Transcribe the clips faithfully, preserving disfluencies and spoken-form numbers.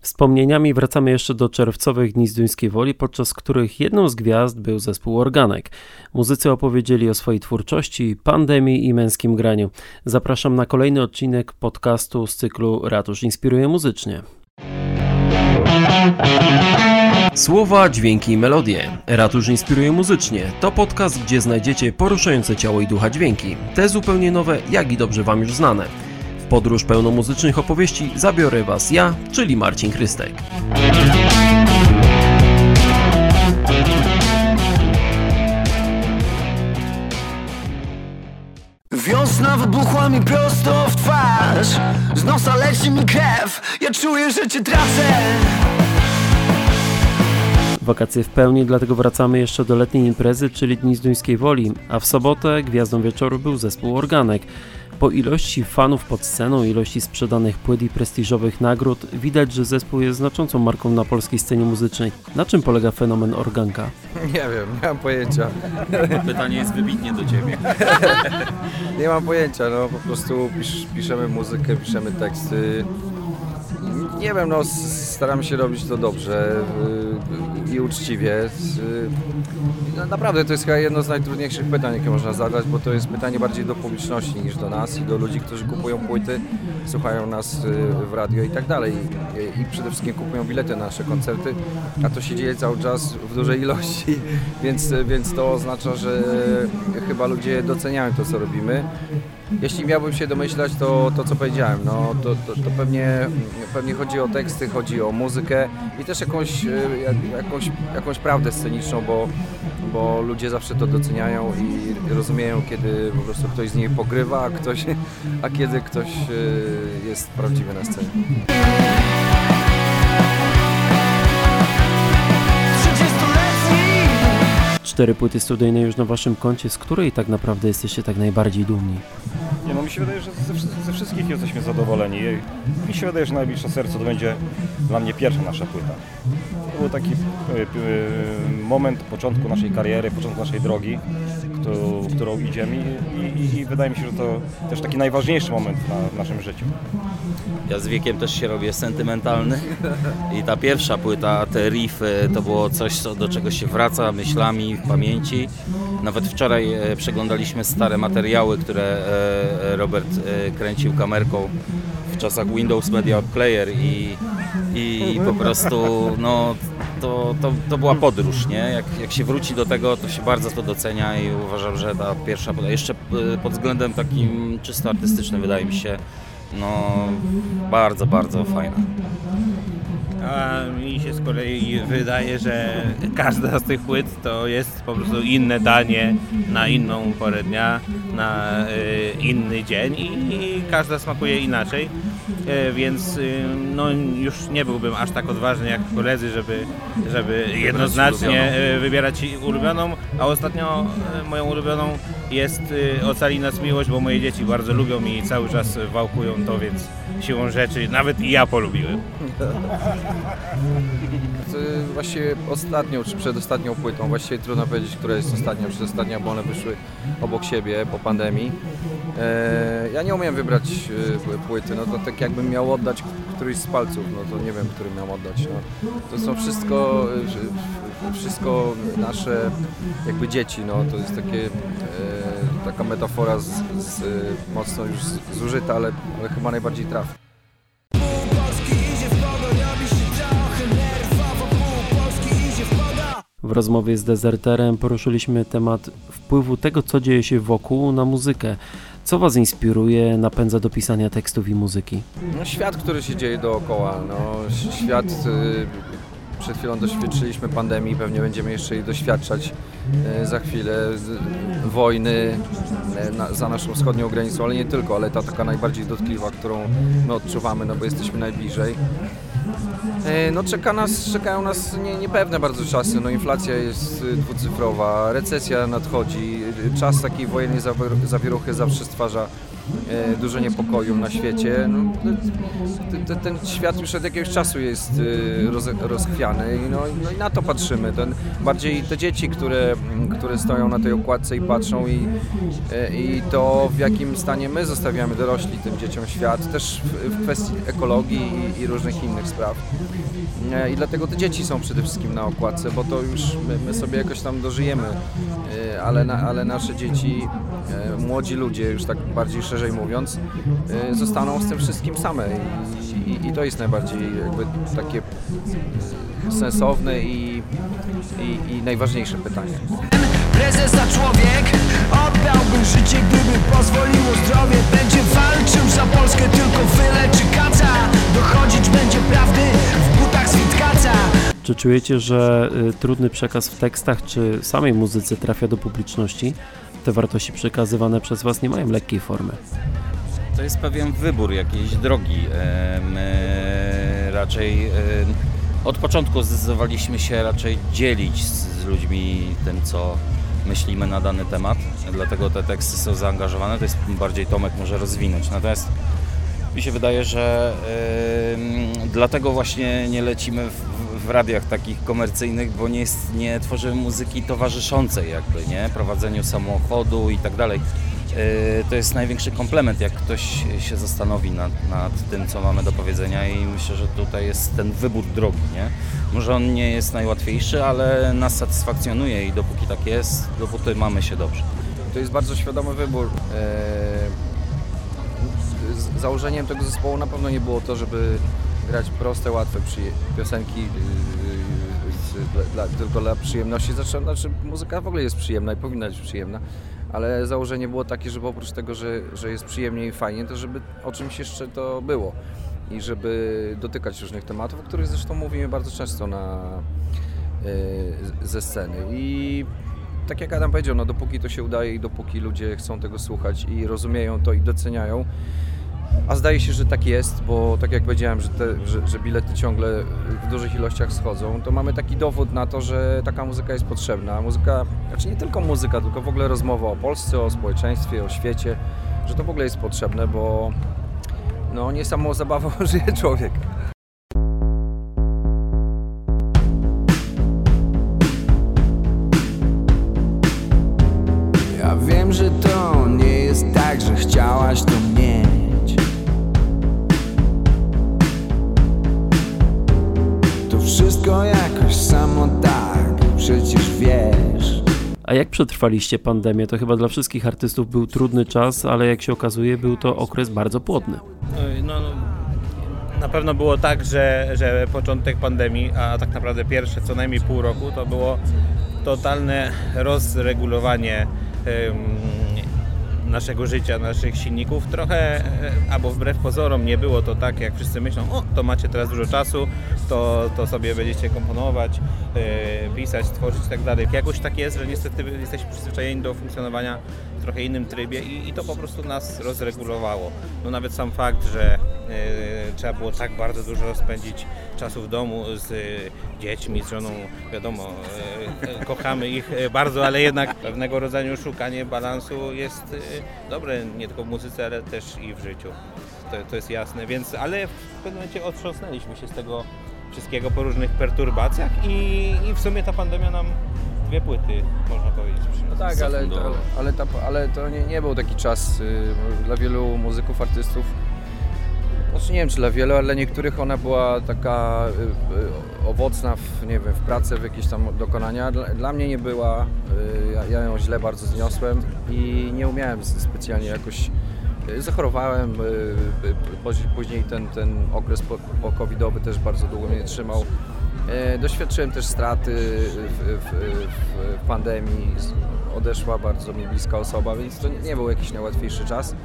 Wspomnieniami wracamy jeszcze do czerwcowych dni z Duńskiej Woli, podczas których jedną z gwiazd był zespół Organek. Muzycy opowiedzieli o swojej twórczości, pandemii i męskim graniu. Zapraszam na kolejny odcinek podcastu z cyklu Ratusz inspiruje muzycznie. Słowa, dźwięki i melodie. Ratusz inspiruje muzycznie. To podcast, gdzie znajdziecie poruszające ciało i ducha dźwięki. Te zupełnie nowe, jak i dobrze wam już znane. W podróż pełną muzycznych opowieści zabiorę was ja, czyli Marcin Krystek. Wiosna wybuchła mi prosto w twarz. Z nosa leci mi krew. Ja czuję, że cię tracę. Wakacje w pełni, dlatego wracamy jeszcze do letniej imprezy, czyli Dni z Duńskiej Woli, a w sobotę gwiazdą wieczoru był zespół Organek. Po ilości fanów pod sceną, ilości sprzedanych płyt i prestiżowych nagród widać, że zespół jest znaczącą marką na polskiej scenie muzycznej. Na czym polega fenomen Organka? Nie wiem, nie mam pojęcia. Pytanie jest wybitnie do ciebie. Nie mam pojęcia, no po prostu pisz, piszemy muzykę, piszemy teksty. Nie wiem, no staramy się robić to dobrze yy, i uczciwie. Yy, no, naprawdę to jest chyba jedno z najtrudniejszych pytań, jakie można zadać, bo to jest pytanie bardziej do publiczności niż do nas i do ludzi, którzy kupują płyty, słuchają nas yy, w radio i tak dalej. I, i przede wszystkim kupują bilety na nasze koncerty, a to się dzieje cały czas w dużej ilości, więc, więc to oznacza, że chyba ludzie doceniają to, co robimy. Jeśli miałbym się domyślać, to to co powiedziałem, no to, to, to pewnie, pewnie chodzi o teksty, chodzi o muzykę i też jakąś, jak, jakąś, jakąś prawdę sceniczną, bo, bo ludzie zawsze to doceniają i rozumieją, kiedy po prostu ktoś z niej pogrywa, a, ktoś, a kiedy ktoś jest prawdziwy na scenie. Cztery płyty studyjne już na waszym koncie, z której tak naprawdę jesteście tak najbardziej dumni? Nie, no mi się wydaje, że ze, ze wszystkich jesteśmy zadowoleni. Mi się wydaje, że najbliższe serce to będzie dla mnie pierwsza nasza płyta. To był taki y, y, moment początku naszej kariery, początku naszej drogi, którą, którą idziemy i, i, i wydaje mi się, że to też taki najważniejszy moment na, w naszym życiu. Ja z wiekiem też się robię sentymentalny i ta pierwsza płyta, te riffy, to było coś, do czego się wraca myślami, w pamięci. Nawet wczoraj przeglądaliśmy stare materiały, które Robert kręcił kamerką w czasach Windows Media Player i, i po prostu no, to, to, to była podróż, nie? Jak, jak się wróci do tego, to się bardzo to docenia i uważam, że ta pierwsza, jeszcze pod względem takim czysto artystycznym wydaje mi się no bardzo, bardzo fajna. A mi się z kolei wydaje, że każda z tych płyt to jest po prostu inne danie na inną porę dnia, na y, inny dzień i, i każda smakuje inaczej, y, więc y, no, już nie byłbym aż tak odważny jak koledzy, żeby, żeby jednoznacznie y, wybierać ulubioną, a ostatnio y, moją ulubioną jest y, Ocali nas miłość, bo moje dzieci bardzo lubią i cały czas wałkują to, więc siłą rzeczy nawet i ja polubiłem. Właściwie ostatnią czy przedostatnią płytą, właściwie trudno powiedzieć, która jest ostatnia, przedostatnia, bo one wyszły obok siebie po pandemii. E, ja nie umiem wybrać e, płyty, no to tak jakbym miał oddać któryś z palców, no to nie wiem, który miał oddać. No. To są wszystko, e, wszystko nasze jakby dzieci, no to jest takie, e, taka metafora z, z, mocno już zużyta, ale, ale chyba najbardziej trafna. W rozmowie z Dezerterem poruszyliśmy temat wpływu tego, co dzieje się wokół, na muzykę. Co was inspiruje, napędza do pisania tekstów i muzyki? No, świat, który się dzieje dookoła. No, świat, y, przed chwilą doświadczyliśmy pandemii, pewnie będziemy jeszcze jej doświadczać y, za chwilę. Y, wojny y, na, za naszą wschodnią granicą, ale nie tylko, ale ta taka najbardziej dotkliwa, którą my odczuwamy, no bo jesteśmy najbliżej. No czeka nas, czekają nas nie, niepewne bardzo czasy, no inflacja jest dwucyfrowa, recesja nadchodzi, czas takiej wojennej zawieruchy zawsze stwarza e, dużo niepokoju na świecie. No, t, t, ten świat już od jakiegoś czasu jest e, roz, rozchwiany i, no, no i na to patrzymy. Ten, bardziej te dzieci, które, które stoją na tej okładce i patrzą i, e, i to, w jakim stanie my zostawiamy dorośli tym dzieciom świat, też w, w kwestii ekologii i, i różnych innych spraw. E, I dlatego te dzieci są przede wszystkim na okładce, bo to już my, my sobie jakoś tam dożyjemy, e, ale, na, ale nasze dzieci, e, młodzi ludzie, już tak bardziej szerzej mówiąc, e, zostaną z tym wszystkim same i, i, i to jest najbardziej jakby takie e, sensowne i, i, i najważniejsze pytanie. Prezesa człowiek oddałbym życie, gdyby pozwoliło zdrowie. Będzie walczył za Polskę, tylko wyleczy kaca. Dochodzić będzie prawdy w butach z Witkaca. Czy czujecie, że y, trudny przekaz w tekstach czy samej muzyce trafia do publiczności? Te wartości przekazywane przez was nie mają lekkiej formy. To jest pewien wybór jakiejś drogi. My raczej od początku zdecydowaliśmy się raczej dzielić z ludźmi tym, co myślimy na dany temat, dlatego te teksty są zaangażowane, to jest bardziej Tomek może rozwinąć. Natomiast mi się wydaje, że yy, dlatego właśnie nie lecimy w, w radiach takich komercyjnych, bo nie, jest, nie tworzymy muzyki towarzyszącej jakby, nie? Prowadzeniu samochodu i tak dalej. To jest największy komplement, jak ktoś się zastanowi nad, nad tym, co mamy do powiedzenia i myślę, że tutaj jest ten wybór drogi, nie? Może on nie jest najłatwiejszy, ale nas satysfakcjonuje i dopóki tak jest, dopóty mamy się dobrze. To jest bardzo świadomy wybór. Z założeniem tego zespołu na pewno nie było to, żeby grać proste, łatwe piosenki dla, dla, tylko dla przyjemności. Znaczy, muzyka w ogóle jest przyjemna i powinna być przyjemna. Ale założenie było takie, żeby oprócz tego, że, że jest przyjemnie i fajnie, to żeby o czymś jeszcze to było i żeby dotykać różnych tematów, o których zresztą mówimy bardzo często na, yy, ze sceny. I tak jak Adam powiedział, no dopóki to się udaje i dopóki ludzie chcą tego słuchać i rozumieją to i doceniają, a zdaje się, że tak jest, bo tak jak powiedziałem, że, te, że, że bilety ciągle w dużych ilościach schodzą, to mamy taki dowód na to, że taka muzyka jest potrzebna. Muzyka, znaczy nie tylko muzyka, tylko w ogóle rozmowa o Polsce, o społeczeństwie, o świecie, że to w ogóle jest potrzebne, bo no, nie samą zabawą żyje człowiek. Ja wiem, że to nie jest tak, że chciałaś to mieć. Wszystko jakoś samo tak, przecież wiesz. A jak przetrwaliście pandemię? To chyba dla wszystkich artystów był trudny czas, ale jak się okazuje, był to okres bardzo płodny. No, no, na pewno było tak, że, że początek pandemii, a tak naprawdę pierwsze co najmniej pół roku, to było totalne rozregulowanie um, naszego życia, naszych silników. Trochę, albo wbrew pozorom, nie było to tak, jak wszyscy myślą, o, to macie teraz dużo czasu, to, to sobie będziecie komponować, yy, pisać, tworzyć i tak dalej. Jakoś tak jest, że niestety jesteśmy przyzwyczajeni do funkcjonowania w trochę innym trybie i, i to po prostu nas rozregulowało. No nawet sam fakt, że yy, trzeba było tak bardzo dużo spędzić czasu w domu z yy, dziećmi, z żoną, wiadomo, yy, kochamy ich bardzo, ale jednak pewnego rodzaju szukanie balansu jest yy, dobre nie tylko w muzyce, ale też i w życiu. To, to jest jasne, więc, ale w pewnym momencie otrząsnęliśmy się z tego wszystkiego po różnych perturbacjach i, i w sumie ta pandemia nam dwie płyty, można powiedzieć. No tak, ale, ale, ale, ta, ale to nie, nie był taki czas y, dla wielu muzyków, artystów. Znaczy nie wiem, czy dla wielu, ale dla niektórych ona była taka y, y, owocna w, nie wiem, w pracy, w jakieś tam dokonania. Dla, dla mnie nie była, y, ja, ja ją źle bardzo zniosłem i nie umiałem specjalnie jakoś. Zachorowałem, później ten, ten okres po-covidowy też bardzo długo mnie trzymał. Doświadczyłem też straty w, w, w pandemii, odeszła bardzo mi bliska osoba, więc to nie był jakiś najłatwiejszy czas.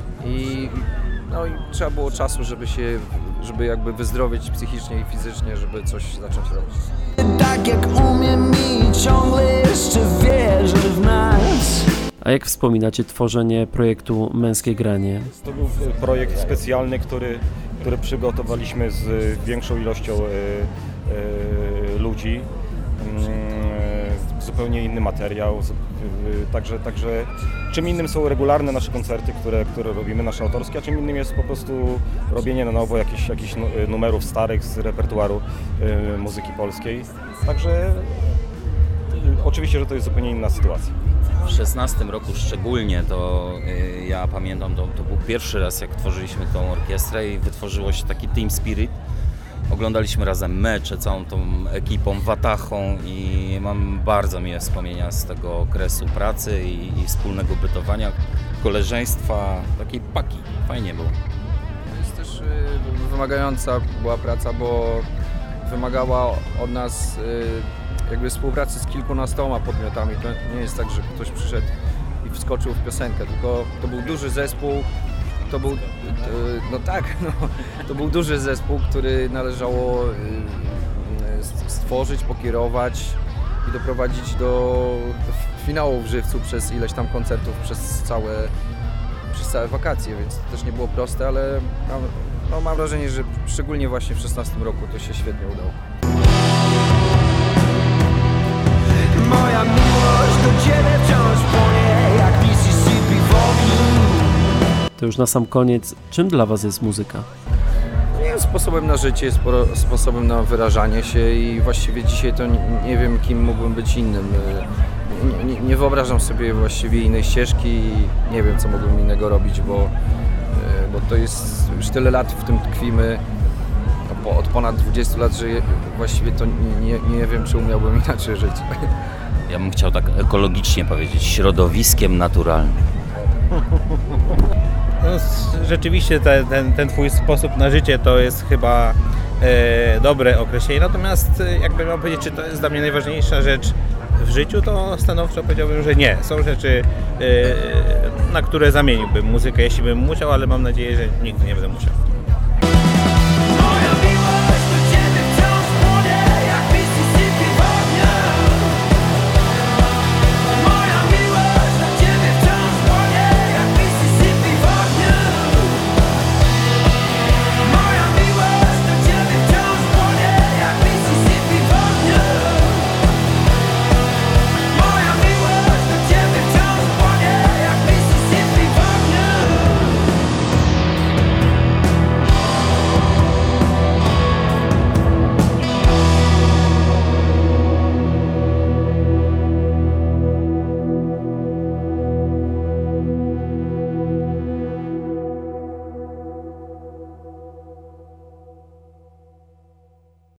I, no i trzeba było czasu, żeby się, żeby jakby wyzdrowieć psychicznie i fizycznie, żeby coś zacząć robić. Tak jak umiem i ciągle jeszcze wierzę w nas. A jak wspominacie tworzenie projektu Męskie Granie? To był projekt specjalny, który, który przygotowaliśmy z większą ilością e, e, ludzi. zupełnie inny materiał, także, także czym innym są regularne nasze koncerty, które, które robimy, nasze autorskie, a czym innym jest po prostu robienie na nowo jakichś, jakichś numerów starych z repertuaru y, muzyki polskiej, także y, oczywiście, że to jest zupełnie inna sytuacja. W szesnastym roku szczególnie to y, ja pamiętam, to, to był pierwszy raz, jak tworzyliśmy tą orkiestrę i wytworzyło się taki team spirit. Oglądaliśmy razem mecze, całą tą ekipą, watachą i mam bardzo miłe wspomnienia z tego okresu pracy i, i wspólnego bytowania, koleżeństwa, takiej paki. Fajnie było. To jest też y, wymagająca była praca, bo wymagała od nas y, jakby współpracy z kilkunastoma podmiotami. To nie jest tak, że ktoś przyszedł i wskoczył w piosenkę, tylko to był duży zespół. To był, no tak, no, to był duży zespół, który należało stworzyć, pokierować i doprowadzić do finału w Żywcu przez ileś tam koncertów przez całe, przez całe wakacje, więc to też nie było proste, ale mam, no, mam wrażenie, że szczególnie właśnie w szesnastym roku to się świetnie udało. Moja miłość do Ciebie wciąż płonie jak Mississippi w ogniu. To już na sam koniec, czym dla Was jest muzyka? Nie jest sposobem na życie, jest sposobem na wyrażanie się i właściwie dzisiaj to nie, nie wiem, kim mógłbym być innym. Nie, nie, nie wyobrażam sobie właściwie innej ścieżki i nie wiem, co mógłbym innego robić, bo, bo to jest już tyle lat w tym tkwimy, od ponad dwudziestu lat, że właściwie to nie, nie wiem, czy umiałbym inaczej żyć. Ja bym chciał tak ekologicznie powiedzieć, środowiskiem naturalnym. No, rzeczywiście ten, ten, ten twój sposób na życie to jest chyba e, dobre określenie, natomiast jakby mam powiedzieć, czy to jest dla mnie najważniejsza rzecz w życiu, to stanowczo powiedziałbym, że nie. Są rzeczy, e, na które zamieniłbym muzykę, jeśli bym musiał, ale mam nadzieję, że nigdy nie będę musiał.